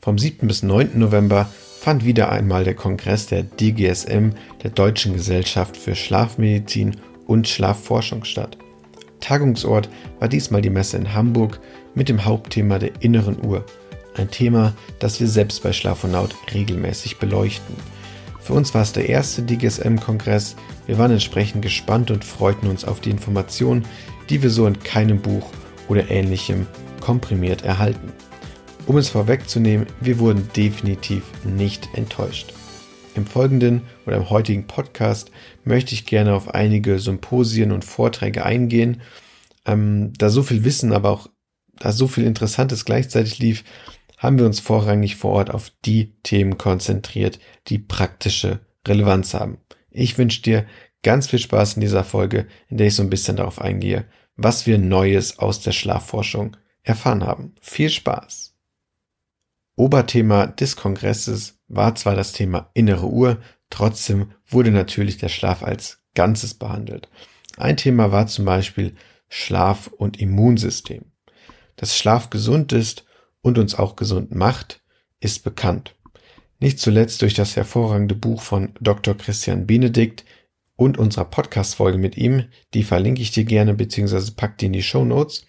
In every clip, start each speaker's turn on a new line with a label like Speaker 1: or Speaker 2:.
Speaker 1: Vom 7. bis 9. November fand wieder einmal der Kongress der DGSM, der Deutschen Gesellschaft für Schlafmedizin und Schlafforschung statt. Tagungsort war diesmal die Messe in Hamburg mit dem Hauptthema der inneren Uhr. Ein Thema, das wir selbst bei Schlafonaut regelmäßig beleuchten. Für uns war es der erste DGSM-Kongress. Wir waren entsprechend gespannt und freuten uns auf die Informationen, die wir so in keinem Buch oder Ähnlichem komprimiert erhalten. Um es vorwegzunehmen, wir wurden definitiv nicht enttäuscht. Im folgenden oder im heutigen Podcast möchte ich gerne auf einige Symposien und Vorträge eingehen. Da so viel Wissen, aber auch da so viel Interessantes gleichzeitig lief, haben wir uns vorrangig vor Ort auf die Themen konzentriert, die praktische Relevanz haben. Ich wünsche dir ganz viel Spaß in dieser Folge, in der ich so ein bisschen darauf eingehe, was wir Neues aus der Schlafforschung erfahren haben. Viel Spaß! Oberthema des Kongresses war zwar das Thema innere Uhr, trotzdem wurde natürlich der Schlaf als Ganzes behandelt. Ein Thema war zum Beispiel Schlaf und Immunsystem. Dass Schlaf gesund ist und uns auch gesund macht, ist bekannt. Nicht zuletzt durch das hervorragende Buch von Dr. Christian Benedikt und unserer Podcast-Folge mit ihm, die verlinke ich dir gerne bzw. pack die in die Shownotes.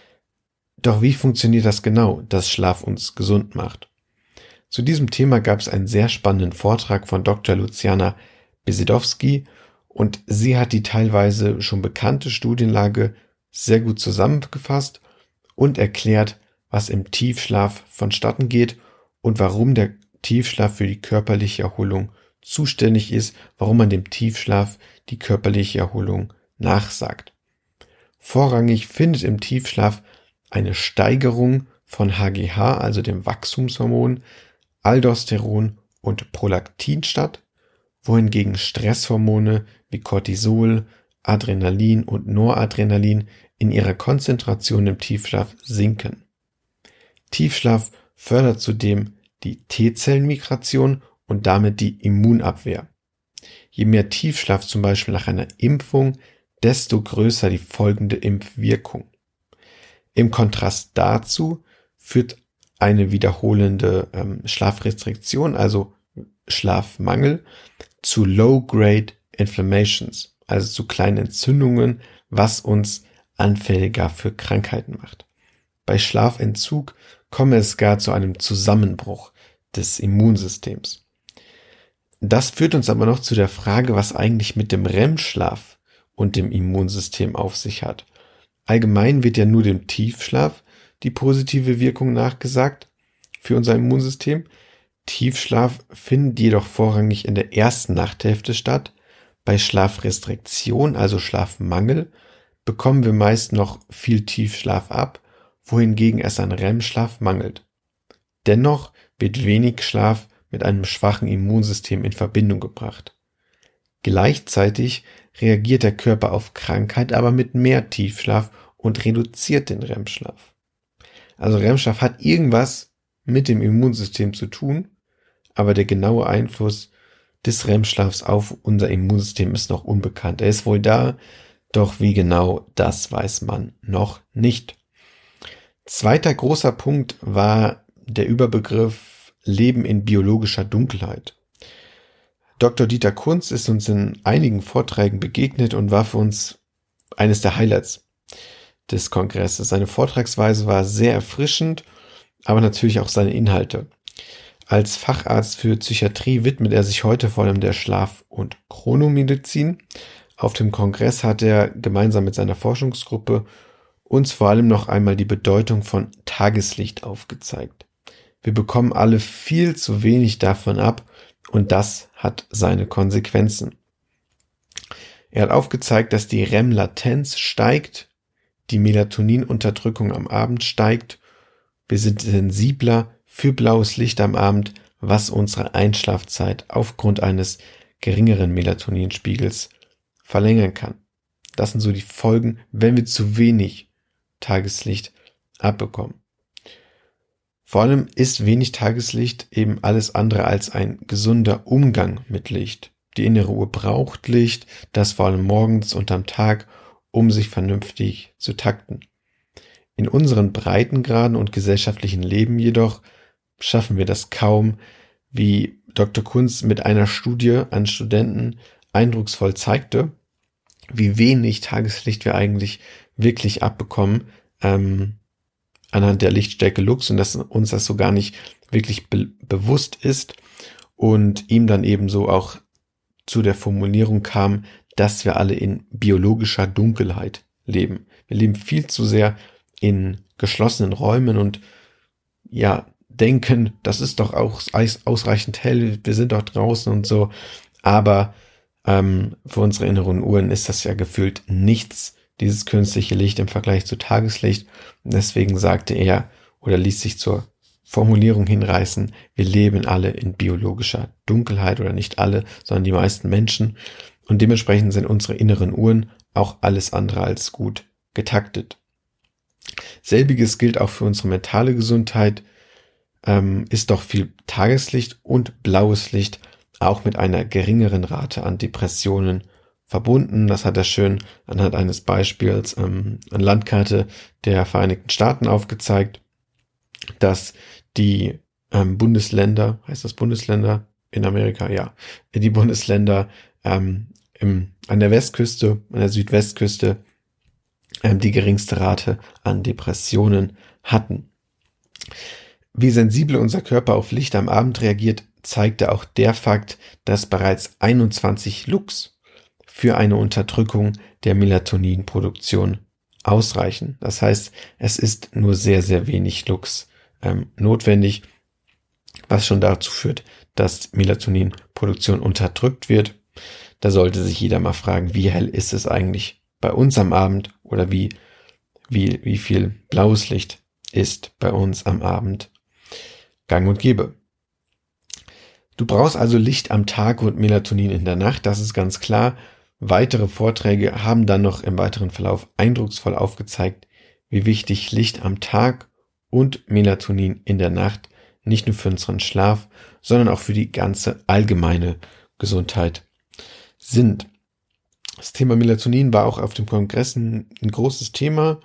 Speaker 1: Doch wie funktioniert das genau, dass Schlaf uns gesund macht? Zu diesem Thema gab es einen sehr spannenden Vortrag von Dr. Luciana Besedowski und sie hat die teilweise schon bekannte Studienlage sehr gut zusammengefasst und erklärt, was im Tiefschlaf vonstatten geht und warum der Tiefschlaf für die körperliche Erholung zuständig ist, warum man dem Tiefschlaf die körperliche Erholung nachsagt. Vorrangig findet im Tiefschlaf eine Steigerung von HGH, also dem Wachstumshormon, Aldosteron und Prolaktin statt, wohingegen Stresshormone wie Cortisol, Adrenalin und Noradrenalin in ihrer Konzentration im Tiefschlaf sinken. Tiefschlaf fördert zudem die T-Zellenmigration und damit die Immunabwehr. Je mehr Tiefschlaf zum Beispiel nach einer Impfung, desto größer die folgende Impfwirkung. Im Kontrast dazu führt eine wiederholende Schlafrestriktion, also Schlafmangel, zu Low-Grade Inflammations, also zu kleinen Entzündungen, was uns anfälliger für Krankheiten macht. Bei Schlafentzug komme es gar zu einem Zusammenbruch des Immunsystems. Das führt uns aber noch zu der Frage, was eigentlich mit dem REM-Schlaf und dem Immunsystem auf sich hat. Allgemein wird ja nur dem Tiefschlaf die positive Wirkung nachgesagt für unser Immunsystem. Tiefschlaf findet jedoch vorrangig in der ersten Nachthälfte statt. Bei Schlafrestriktion, also Schlafmangel, bekommen wir meist noch viel Tiefschlaf ab, wohingegen es an REM-Schlaf mangelt. Dennoch wird wenig Schlaf mit einem schwachen Immunsystem in Verbindung gebracht. Gleichzeitig reagiert der Körper auf Krankheit aber mit mehr Tiefschlaf und reduziert den REM-Schlaf. Also REM-Schlaf hat irgendwas mit dem Immunsystem zu tun, aber der genaue Einfluss des REM-Schlafs auf unser Immunsystem ist noch unbekannt. Er ist wohl da, doch wie genau, das weiß man noch nicht. Zweiter großer Punkt war der Überbegriff Leben in biologischer Dunkelheit. Dr. Dieter Kunz ist uns in einigen Vorträgen begegnet und war für uns eines der Highlights des Kongresses. Seine Vortragsweise war sehr erfrischend, aber natürlich auch seine Inhalte. Als Facharzt für Psychiatrie widmet er sich heute vor allem der Schlaf- und Chronomedizin. Auf dem Kongress hat er gemeinsam mit seiner Forschungsgruppe uns vor allem noch einmal die Bedeutung von Tageslicht aufgezeigt. Wir bekommen alle viel zu wenig davon ab und das hat seine Konsequenzen. Er hat aufgezeigt, dass die REM-Latenz steigt, die Melatoninunterdrückung am Abend steigt, wir sind sensibler für blaues Licht am Abend, was unsere Einschlafzeit aufgrund eines geringeren Melatoninspiegels verlängern kann. Das sind so die Folgen, wenn wir zu wenig Tageslicht abbekommen. Vor allem ist wenig Tageslicht eben alles andere als ein gesunder Umgang mit Licht. Die innere Uhr braucht Licht, das vor allem morgens und am Tag, um sich vernünftig zu takten. In unseren Breitengraden und gesellschaftlichen Leben jedoch schaffen wir das kaum, wie Dr. Kunz mit einer Studie an Studenten eindrucksvoll zeigte, wie wenig Tageslicht wir eigentlich wirklich abbekommen, anhand der Lichtstärke Lux, und dass uns das so gar nicht wirklich bewusst ist, und ihm dann ebenso auch zu der Formulierung kam, dass wir alle in biologischer Dunkelheit leben. Wir leben viel zu sehr in geschlossenen Räumen und denken, das ist doch auch ausreichend hell, wir sind doch draußen und so, aber für unsere inneren Uhren ist das ja gefühlt nichts, dieses künstliche Licht im Vergleich zu Tageslicht. Und deswegen sagte er oder ließ sich zur Formulierung hinreißen, wir leben alle in biologischer Dunkelheit, oder nicht alle, sondern die meisten Menschen, und dementsprechend sind unsere inneren Uhren auch alles andere als gut getaktet. Selbiges gilt auch für unsere mentale Gesundheit, ist doch viel Tageslicht und blaues Licht auch mit einer geringeren Rate an Depressionen verbunden. Das hat er schön anhand eines Beispiels an Landkarte der Vereinigten Staaten aufgezeigt, dass die Bundesländer, heißt das Bundesländer in Amerika? Ja, die Bundesländer an der Westküste, an der Südwestküste die geringste Rate an Depressionen hatten. Wie sensibel unser Körper auf Licht am Abend reagiert, zeigte auch der Fakt, dass bereits 21 Lux für eine Unterdrückung der Melatoninproduktion ausreichen. Das heißt, es ist nur sehr, sehr wenig Lux notwendig, was schon dazu führt, dass Melatoninproduktion unterdrückt wird. Da sollte sich jeder mal fragen, wie hell ist es eigentlich bei uns am Abend, oder wie viel blaues Licht ist bei uns am Abend gang und gäbe. Du brauchst also Licht am Tag und Melatonin in der Nacht, das ist ganz klar. Weitere Vorträge haben dann noch im weiteren Verlauf eindrucksvoll aufgezeigt, wie wichtig Licht am Tag und Melatonin in der Nacht nicht nur für unseren Schlaf, sondern auch für die ganze allgemeine Gesundheit sind. Das Thema Melatonin war auch auf dem Kongress ein großes Thema.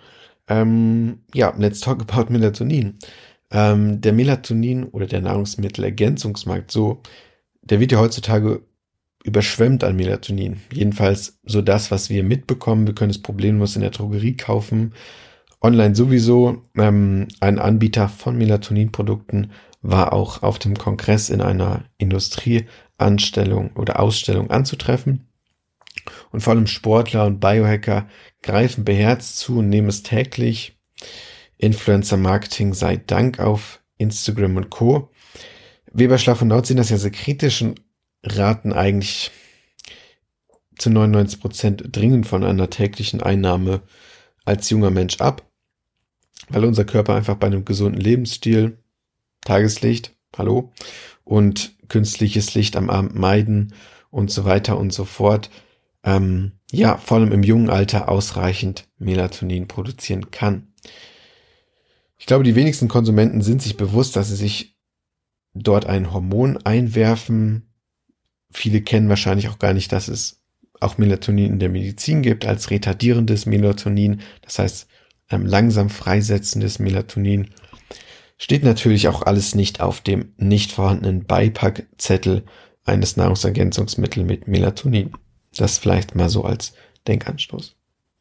Speaker 1: Let's talk about Melatonin. Der Melatonin oder der Nahrungsmittelergänzungsmarkt, der wird ja heutzutage überschwemmt an Melatonin. Jedenfalls so das, was wir mitbekommen. Wir können es problemlos in der Drogerie kaufen. Online sowieso. Ein Anbieter von Melatoninprodukten war auch auf dem Kongress in einer Industrieanstellung oder Ausstellung anzutreffen. Und vor allem Sportler und Biohacker greifen beherzt zu und nehmen es täglich. Influencer-Marketing sei Dank auf Instagram und Co. Weber, Schlaf und Laut sehen das ja sehr kritisch und raten eigentlich zu 99% dringend von einer täglichen Einnahme als junger Mensch ab, weil unser Körper einfach bei einem gesunden Lebensstil, Tageslicht, und künstliches Licht am Abend meiden und so weiter und so fort, vor allem im jungen Alter ausreichend Melatonin produzieren kann. Ich glaube, die wenigsten Konsumenten sind sich bewusst, dass sie sich dort ein Hormon einwerfen. Viele kennen wahrscheinlich auch gar nicht, dass es auch Melatonin in der Medizin gibt als retardierendes Melatonin, das heißt langsam freisetzendes Melatonin. Steht natürlich auch alles nicht auf dem nicht vorhandenen Beipackzettel eines Nahrungsergänzungsmittels mit Melatonin. Das vielleicht mal so als Denkanstoß.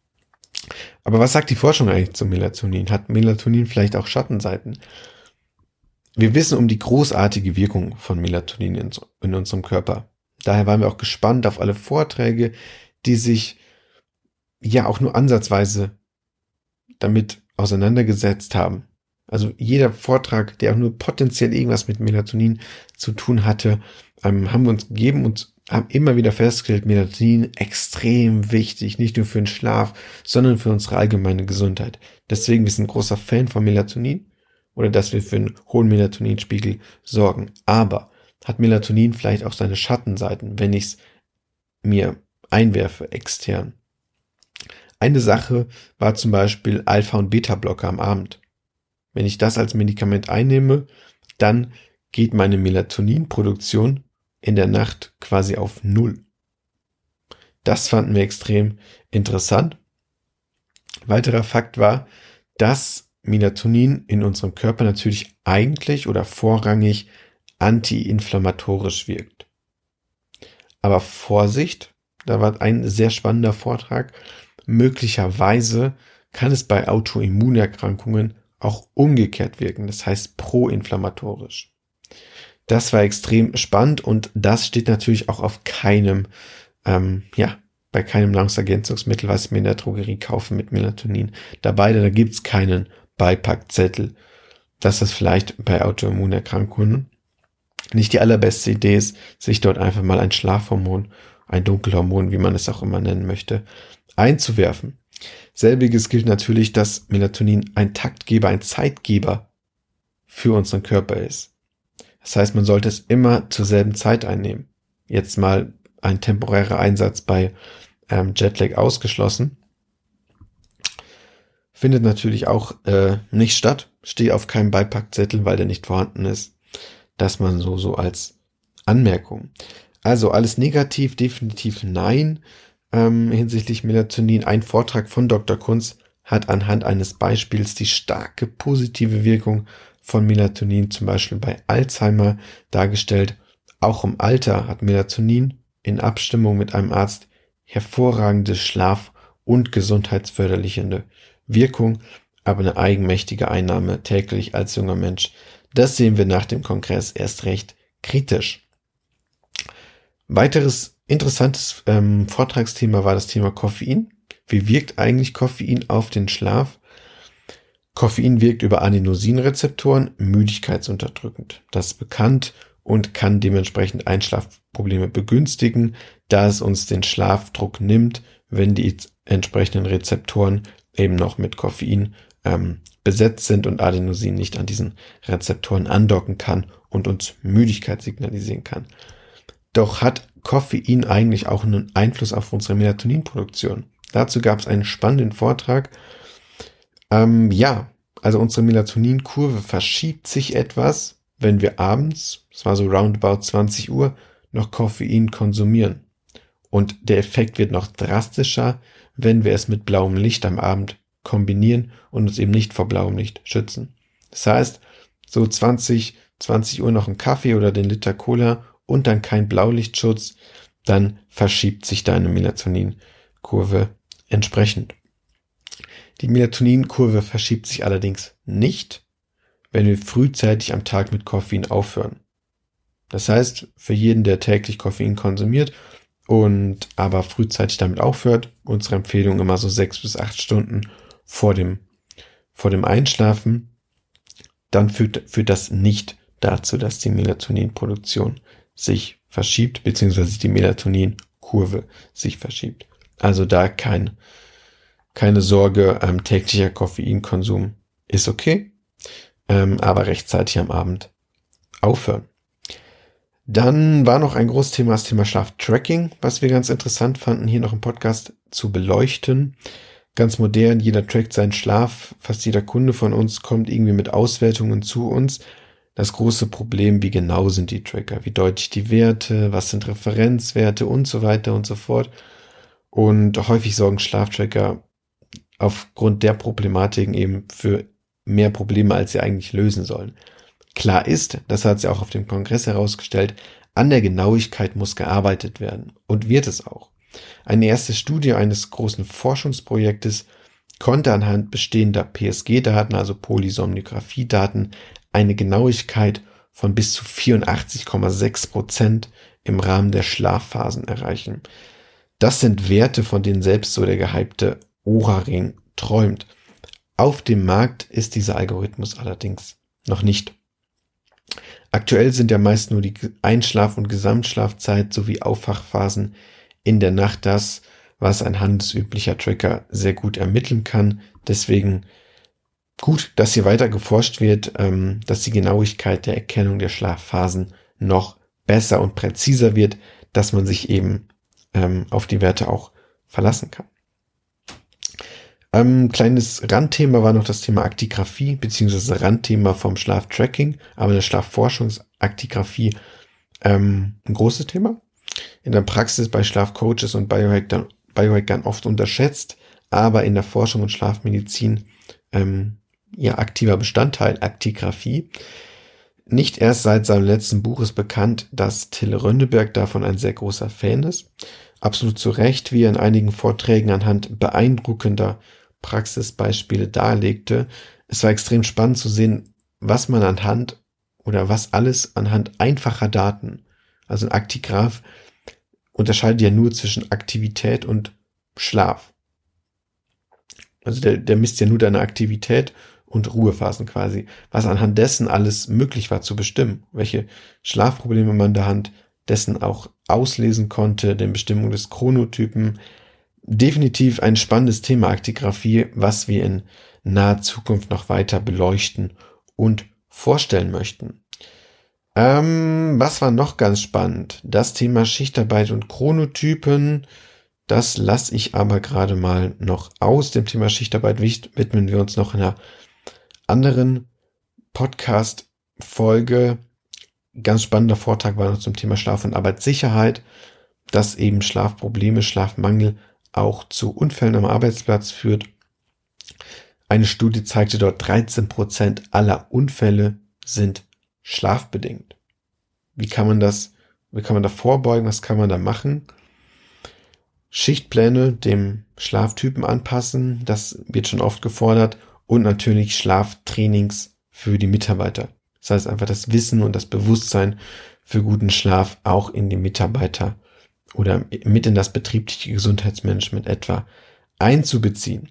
Speaker 1: Aber was sagt die Forschung eigentlich zu Melatonin? Hat Melatonin vielleicht auch Schattenseiten? Wir wissen um die großartige Wirkung von Melatonin in unserem Körper. Daher waren wir auch gespannt auf alle Vorträge, die sich auch nur ansatzweise damit auseinandergesetzt haben. Also jeder Vortrag, der auch nur potenziell irgendwas mit Melatonin zu tun hatte, haben wir uns gegeben und haben immer wieder festgestellt, Melatonin extrem wichtig, nicht nur für den Schlaf, sondern für unsere allgemeine Gesundheit. Deswegen, wir sind ein großer Fan von Melatonin oder dass wir für einen hohen Melatoninspiegel sorgen. Aber hat Melatonin vielleicht auch seine Schattenseiten, wenn ich es mir einwerfe extern? Eine Sache war zum Beispiel Alpha- und Beta-Blocker am Abend. Wenn ich das als Medikament einnehme, dann geht meine Melatoninproduktion in der Nacht quasi auf 0. Das fanden wir extrem interessant. Weiterer Fakt war, dass Melatonin in unserem Körper natürlich eigentlich oder vorrangig antiinflammatorisch wirkt. Aber Vorsicht, da war ein sehr spannender Vortrag. Möglicherweise kann es bei Autoimmunerkrankungen auch umgekehrt wirken, das heißt proinflammatorisch. Das war extrem spannend und das steht natürlich auch auf keinem, bei keinem Nahrungsergänzungsmittel, was ich mir in der Drogerie kaufe mit Melatonin dabei. Da gibt es keinen Beipackzettel. Dass das vielleicht bei Autoimmunerkrankungen nicht die allerbeste Idee ist, sich dort einfach mal ein Schlafhormon, ein Dunkelhormon, wie man es auch immer nennen möchte, einzuwerfen. Selbiges gilt natürlich, dass Melatonin ein Taktgeber, ein Zeitgeber für unseren Körper ist. Das heißt, man sollte es immer zur selben Zeit einnehmen. Jetzt mal ein temporärer Einsatz bei Jetlag ausgeschlossen. Findet natürlich auch nicht statt. Steht auf keinem Beipackzettel, weil der nicht vorhanden ist. Das man so als Anmerkung. Also alles negativ, definitiv nein hinsichtlich Melatonin. Ein Vortrag von Dr. Kunz hat anhand eines Beispiels die starke positive Wirkung von Melatonin zum Beispiel bei Alzheimer dargestellt. Auch im Alter hat Melatonin in Abstimmung mit einem Arzt hervorragende Schlaf- und gesundheitsförderliche Wirkung, aber eine eigenmächtige Einnahme täglich als junger Mensch, das sehen wir nach dem Kongress erst recht kritisch. Weiteres interessantes Vortragsthema war das Thema Koffein. Wie wirkt eigentlich Koffein auf den Schlaf? Koffein wirkt über Adenosinrezeptoren müdigkeitsunterdrückend. Das ist bekannt und kann dementsprechend Einschlafprobleme begünstigen, da es uns den Schlafdruck nimmt, wenn die entsprechenden Rezeptoren eben noch mit Koffein besetzt sind und Adenosin nicht an diesen Rezeptoren andocken kann und uns Müdigkeit signalisieren kann. Doch hat Koffein eigentlich auch einen Einfluss auf unsere Melatoninproduktion? Dazu gab es einen spannenden Vortrag. Also unsere Melatoninkurve verschiebt sich etwas, wenn wir abends, das war so roundabout 20 Uhr, noch Koffein konsumieren. Und der Effekt wird noch drastischer, wenn wir es mit blauem Licht am Abend kombinieren und uns eben nicht vor blauem Licht schützen. Das heißt, so 20 Uhr noch ein Kaffee oder den Liter Cola und dann kein Blaulichtschutz, dann verschiebt sich deine Melatoninkurve entsprechend. Die Melatoninkurve verschiebt sich allerdings nicht, wenn wir frühzeitig am Tag mit Koffein aufhören. Das heißt, für jeden, der täglich Koffein konsumiert und aber frühzeitig damit aufhört, unsere Empfehlung immer so 6 bis 8 Stunden vor dem Einschlafen, dann führt das nicht dazu, dass die Melatoninproduktion sich verschiebt, beziehungsweise die Melatoninkurve sich verschiebt. Also da keine Sorge, täglicher Koffeinkonsum ist okay, aber rechtzeitig am Abend aufhören. Dann war noch ein großes Thema, das Thema Schlaftracking, was wir ganz interessant fanden, hier noch im Podcast zu beleuchten. Ganz modern, jeder trackt seinen Schlaf, fast jeder Kunde von uns kommt irgendwie mit Auswertungen zu uns. Das große Problem, wie genau sind die Tracker, wie deutlich die Werte, was sind Referenzwerte und so weiter und so fort. Und häufig sorgen Schlaftracker aufgrund der Problematiken eben für mehr Probleme, als sie eigentlich lösen sollen. Klar ist, das hat sie auch auf dem Kongress herausgestellt, an der Genauigkeit muss gearbeitet werden und wird es auch. Eine erste Studie eines großen Forschungsprojektes konnte anhand bestehender PSG-Daten, also Polysomnographie-Daten, eine Genauigkeit von bis zu 84,6% im Rahmen der Schlafphasen erreichen. Das sind Werte, von denen selbst so der gehypte Oura-Ring träumt. Auf dem Markt ist dieser Algorithmus allerdings noch nicht. Aktuell sind ja meist nur die Einschlaf- und Gesamtschlafzeit sowie Aufwachphasen in der Nacht das, was ein handelsüblicher Tracker sehr gut ermitteln kann. Deswegen gut, dass hier weiter geforscht wird, dass die Genauigkeit der Erkennung der Schlafphasen noch besser und präziser wird, dass man sich eben auf die Werte auch verlassen kann. Kleines Randthema war noch das Thema Aktigraphie, beziehungsweise Randthema vom Schlaftracking, aber eine Schlafforschungsaktigraphie ein großes Thema. In der Praxis bei Schlafcoaches und Biohackern oft unterschätzt, aber in der Forschung und Schlafmedizin aktiver Bestandteil, Aktigraphie. Nicht erst seit seinem letzten Buch ist bekannt, dass Till Rönneberg davon ein sehr großer Fan ist. Absolut zu Recht, wie er in einigen Vorträgen anhand beeindruckender Praxisbeispiele darlegte. Es war extrem spannend zu sehen, was man anhand oder was alles anhand einfacher Daten, also ein Aktigraph unterscheidet ja nur zwischen Aktivität und Schlaf. Also der misst ja nur deine Aktivität und Ruhephasen quasi, was anhand dessen alles möglich war zu bestimmen, welche Schlafprobleme man anhand dessen auch auslesen konnte, den Bestimmungen des Chronotypen. Definitiv ein spannendes Thema Aktigraphie, was wir in naher Zukunft noch weiter beleuchten und vorstellen möchten. Was war noch ganz spannend? Das Thema Schichtarbeit und Chronotypen. Das lasse ich aber gerade mal noch aus. Dem Thema Schichtarbeit widmen wir uns noch in einer anderen Podcast-Folge. Ganz spannender Vortrag war noch zum Thema Schlaf- und Arbeitssicherheit, dass eben Schlafprobleme, Schlafmangel auch zu Unfällen am Arbeitsplatz führt. Eine Studie zeigte dort, 13% aller Unfälle sind schlafbedingt. Wie kann man da vorbeugen? Was kann man da machen? Schichtpläne dem Schlaftypen anpassen, das wird schon oft gefordert, und natürlich Schlaftrainings für die Mitarbeiter. Das heißt einfach das Wissen und das Bewusstsein für guten Schlaf auch in die Mitarbeiter oder mit in das betriebliche Gesundheitsmanagement etwa einzubeziehen.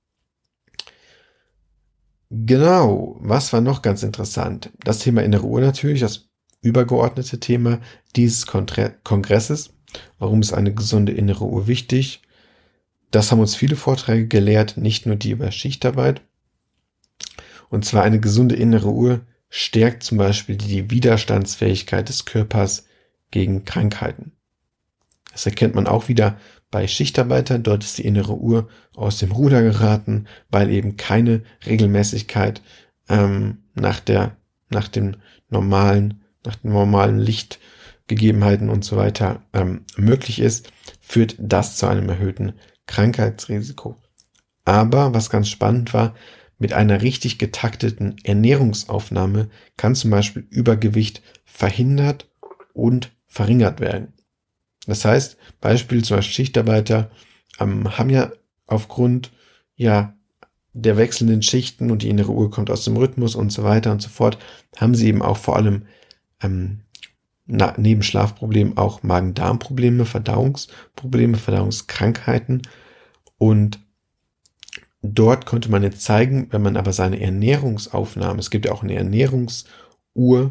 Speaker 1: Genau, was war noch ganz interessant? Das Thema innere Uhr natürlich, das übergeordnete Thema dieses Kongresses. Warum ist eine gesunde innere Uhr wichtig? Das haben uns viele Vorträge gelehrt, nicht nur die über Schichtarbeit. Und zwar eine gesunde innere Uhr stärkt zum Beispiel die Widerstandsfähigkeit des Körpers gegen Krankheiten. Das erkennt man auch wieder bei Schichtarbeitern. Dort ist die innere Uhr aus dem Ruder geraten, weil eben keine Regelmäßigkeit nach den normalen Lichtgegebenheiten und so weiter möglich ist, führt das zu einem erhöhten Krankheitsrisiko. Aber was ganz spannend war, mit einer richtig getakteten Ernährungsaufnahme kann zum Beispiel Übergewicht verhindert und verringert werden. Das heißt, Beispiel zum Beispiel Schichtarbeiter haben ja aufgrund der wechselnden Schichten und die innere Uhr kommt aus dem Rhythmus und so weiter und so fort, haben sie eben auch vor allem neben Schlafproblemen auch Magen-Darm-Probleme, Verdauungsprobleme, Verdauungskrankheiten. Und dort konnte man jetzt zeigen, wenn man aber seine Ernährungsaufnahme, es gibt ja auch eine Ernährungsuhr,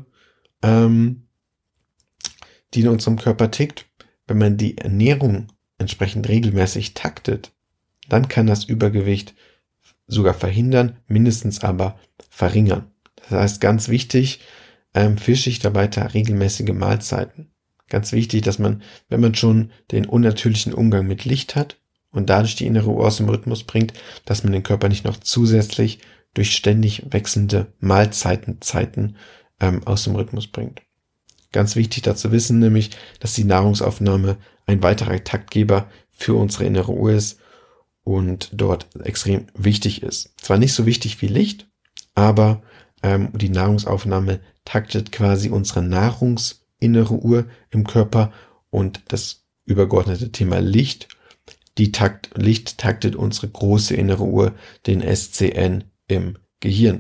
Speaker 1: die in unserem Körper tickt, wenn man die Ernährung entsprechend regelmäßig taktet, dann kann das Übergewicht sogar verhindern, mindestens aber verringern. Das heißt, ganz wichtig, für Schichtarbeiter regelmäßige Mahlzeiten. Ganz wichtig, dass man, wenn man schon den unnatürlichen Umgang mit Licht hat und dadurch die innere Uhr aus dem Rhythmus bringt, dass man den Körper nicht noch zusätzlich durch ständig wechselnde Mahlzeiten aus dem Rhythmus bringt. Ganz wichtig dazu wissen nämlich, dass die Nahrungsaufnahme ein weiterer Taktgeber für unsere innere Uhr ist und dort extrem wichtig ist. Zwar nicht so wichtig wie Licht, aber die Nahrungsaufnahme taktet quasi unsere nahrungsinnere Uhr im Körper und das übergeordnete Thema Licht. Licht taktet unsere große innere Uhr, den SCN im Gehirn.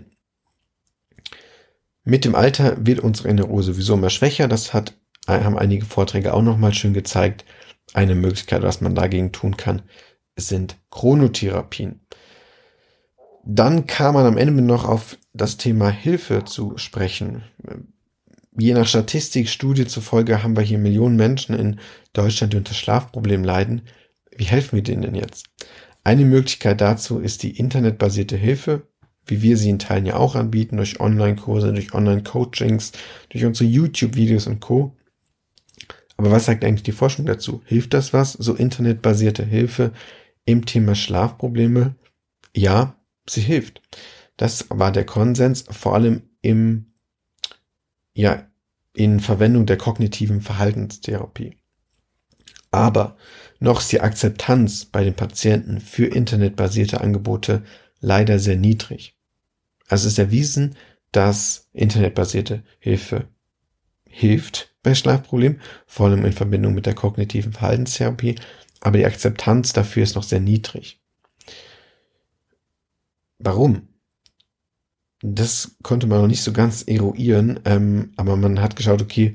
Speaker 1: Mit dem Alter wird unsere innere Uhr sowieso immer schwächer. Das haben einige Vorträge auch nochmal schön gezeigt. Eine Möglichkeit, was man dagegen tun kann, sind Chronotherapien. Dann kam man am Ende noch auf das Thema Hilfe zu sprechen. Je nach Statistikstudie zufolge haben wir hier Millionen Menschen in Deutschland, die unter Schlafproblemen leiden. Wie helfen wir denen denn jetzt? Eine Möglichkeit dazu ist die internetbasierte Hilfe, wie wir sie in Teilen ja auch anbieten, durch Online-Kurse, durch Online-Coachings, durch unsere YouTube-Videos und Co. Aber was sagt eigentlich die Forschung dazu? Hilft das was? So internetbasierte Hilfe im Thema Schlafprobleme? Ja, sie hilft. Das war der Konsens, vor allem in Verwendung der kognitiven Verhaltenstherapie. Aber noch ist die Akzeptanz bei den Patienten für internetbasierte Angebote leider sehr niedrig. Also es ist erwiesen, dass internetbasierte Hilfe hilft bei Schlafproblemen, vor allem in Verbindung mit der kognitiven Verhaltenstherapie, aber die Akzeptanz dafür ist noch sehr niedrig. Warum? Das konnte man noch nicht so ganz eruieren, aber man hat geschaut, okay,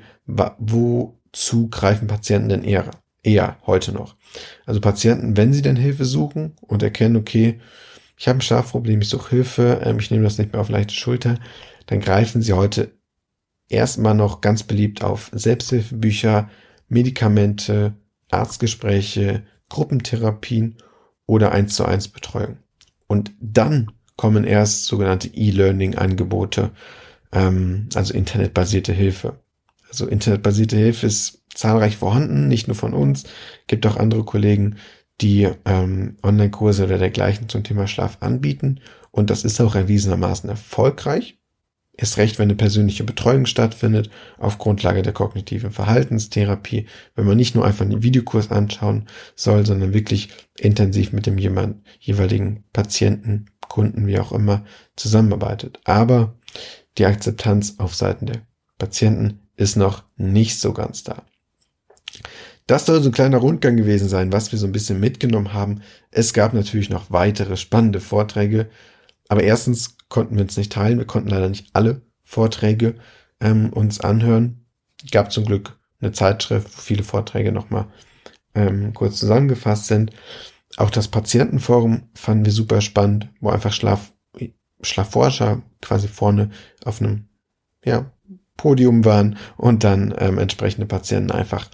Speaker 1: wozu greifen Patienten denn eher heute noch? Also Patienten, wenn sie denn Hilfe suchen und erkennen, okay, ich habe ein Schlafproblem, ich suche Hilfe, ich nehme das nicht mehr auf leichte Schulter, dann greifen sie heute erstmal noch ganz beliebt auf Selbsthilfebücher, Medikamente, Arztgespräche, Gruppentherapien oder 1:1 Betreuung. Und dann kommen erst sogenannte E-Learning-Angebote, also internetbasierte Hilfe. Also internetbasierte Hilfe ist zahlreich vorhanden, nicht nur von uns, gibt auch andere Kollegen, die Online-Kurse oder dergleichen zum Thema Schlaf anbieten. Und das ist auch erwiesenermaßen erfolgreich. Erst recht, wenn eine persönliche Betreuung stattfindet, auf Grundlage der kognitiven Verhaltenstherapie, wenn man nicht nur einfach einen Videokurs anschauen soll, sondern wirklich intensiv mit dem jeweiligen Patienten, Kunden, wie auch immer, zusammenarbeitet. Aber die Akzeptanz auf Seiten der Patienten ist noch nicht so ganz da. Das soll so ein kleiner Rundgang gewesen sein, was wir so ein bisschen mitgenommen haben. Es gab natürlich noch weitere spannende Vorträge, aber erstens konnten wir uns nicht teilen. Wir konnten leider nicht alle Vorträge uns anhören. Es gab zum Glück eine Zeitschrift, wo viele Vorträge nochmal kurz zusammengefasst sind. Auch das Patientenforum fanden wir super spannend, wo einfach Schlafforscher quasi vorne auf einem Podium waren und dann entsprechende Patienten einfach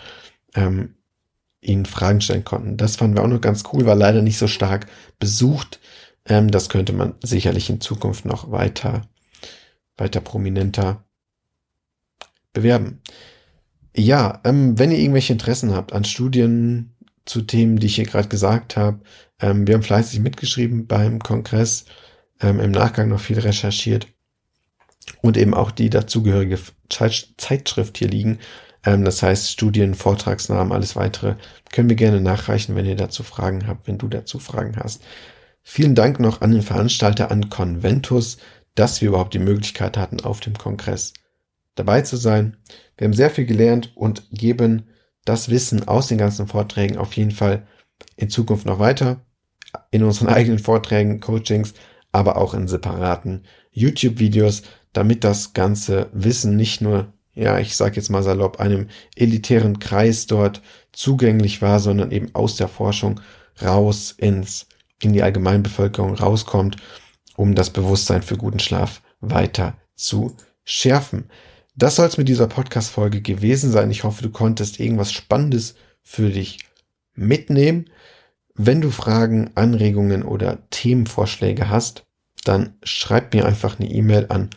Speaker 1: ihnen Fragen stellen konnten. Das fanden wir auch noch ganz cool, war leider nicht so stark besucht. Das könnte man sicherlich in Zukunft noch weiter prominenter bewerben. Ja, wenn ihr irgendwelche Interessen habt an Studien zu Themen, die ich hier gerade gesagt habe, wir haben fleißig mitgeschrieben beim Kongress, im Nachgang noch viel recherchiert und eben auch die dazugehörige Zeitschrift hier liegen. Das heißt Studien, Vortragsnamen, alles weitere können wir gerne nachreichen, wenn ihr dazu Fragen habt, wenn du dazu Fragen hast. Vielen Dank noch an den Veranstalter, an Conventus, dass wir überhaupt die Möglichkeit hatten, auf dem Kongress dabei zu sein. Wir haben sehr viel gelernt und geben das Wissen aus den ganzen Vorträgen auf jeden Fall in Zukunft noch weiter, in unseren eigenen Vorträgen, Coachings, aber auch in separaten YouTube-Videos, damit das ganze Wissen nicht nur, ich sage jetzt mal salopp, einem elitären Kreis dort zugänglich war, sondern eben aus der Forschung raus in die Allgemeinbevölkerung rauskommt, um das Bewusstsein für guten Schlaf weiter zu schärfen. Das soll es mit dieser Podcast-Folge gewesen sein. Ich hoffe, du konntest irgendwas Spannendes für dich mitnehmen. Wenn du Fragen, Anregungen oder Themenvorschläge hast, dann schreib mir einfach eine E-Mail an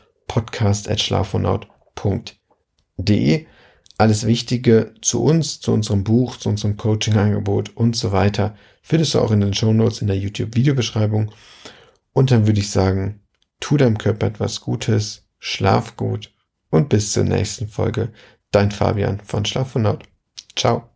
Speaker 1: podcast@schlafwohnaut.de. Alles Wichtige zu uns, zu unserem Buch, zu unserem Coaching-Angebot und so weiter findest du auch in den Shownotes in der YouTube-Videobeschreibung. Und dann würde ich sagen, tu deinem Körper etwas Gutes, schlaf gut und bis zur nächsten Folge. Dein Fabian von Schlafwohnaut. Ciao.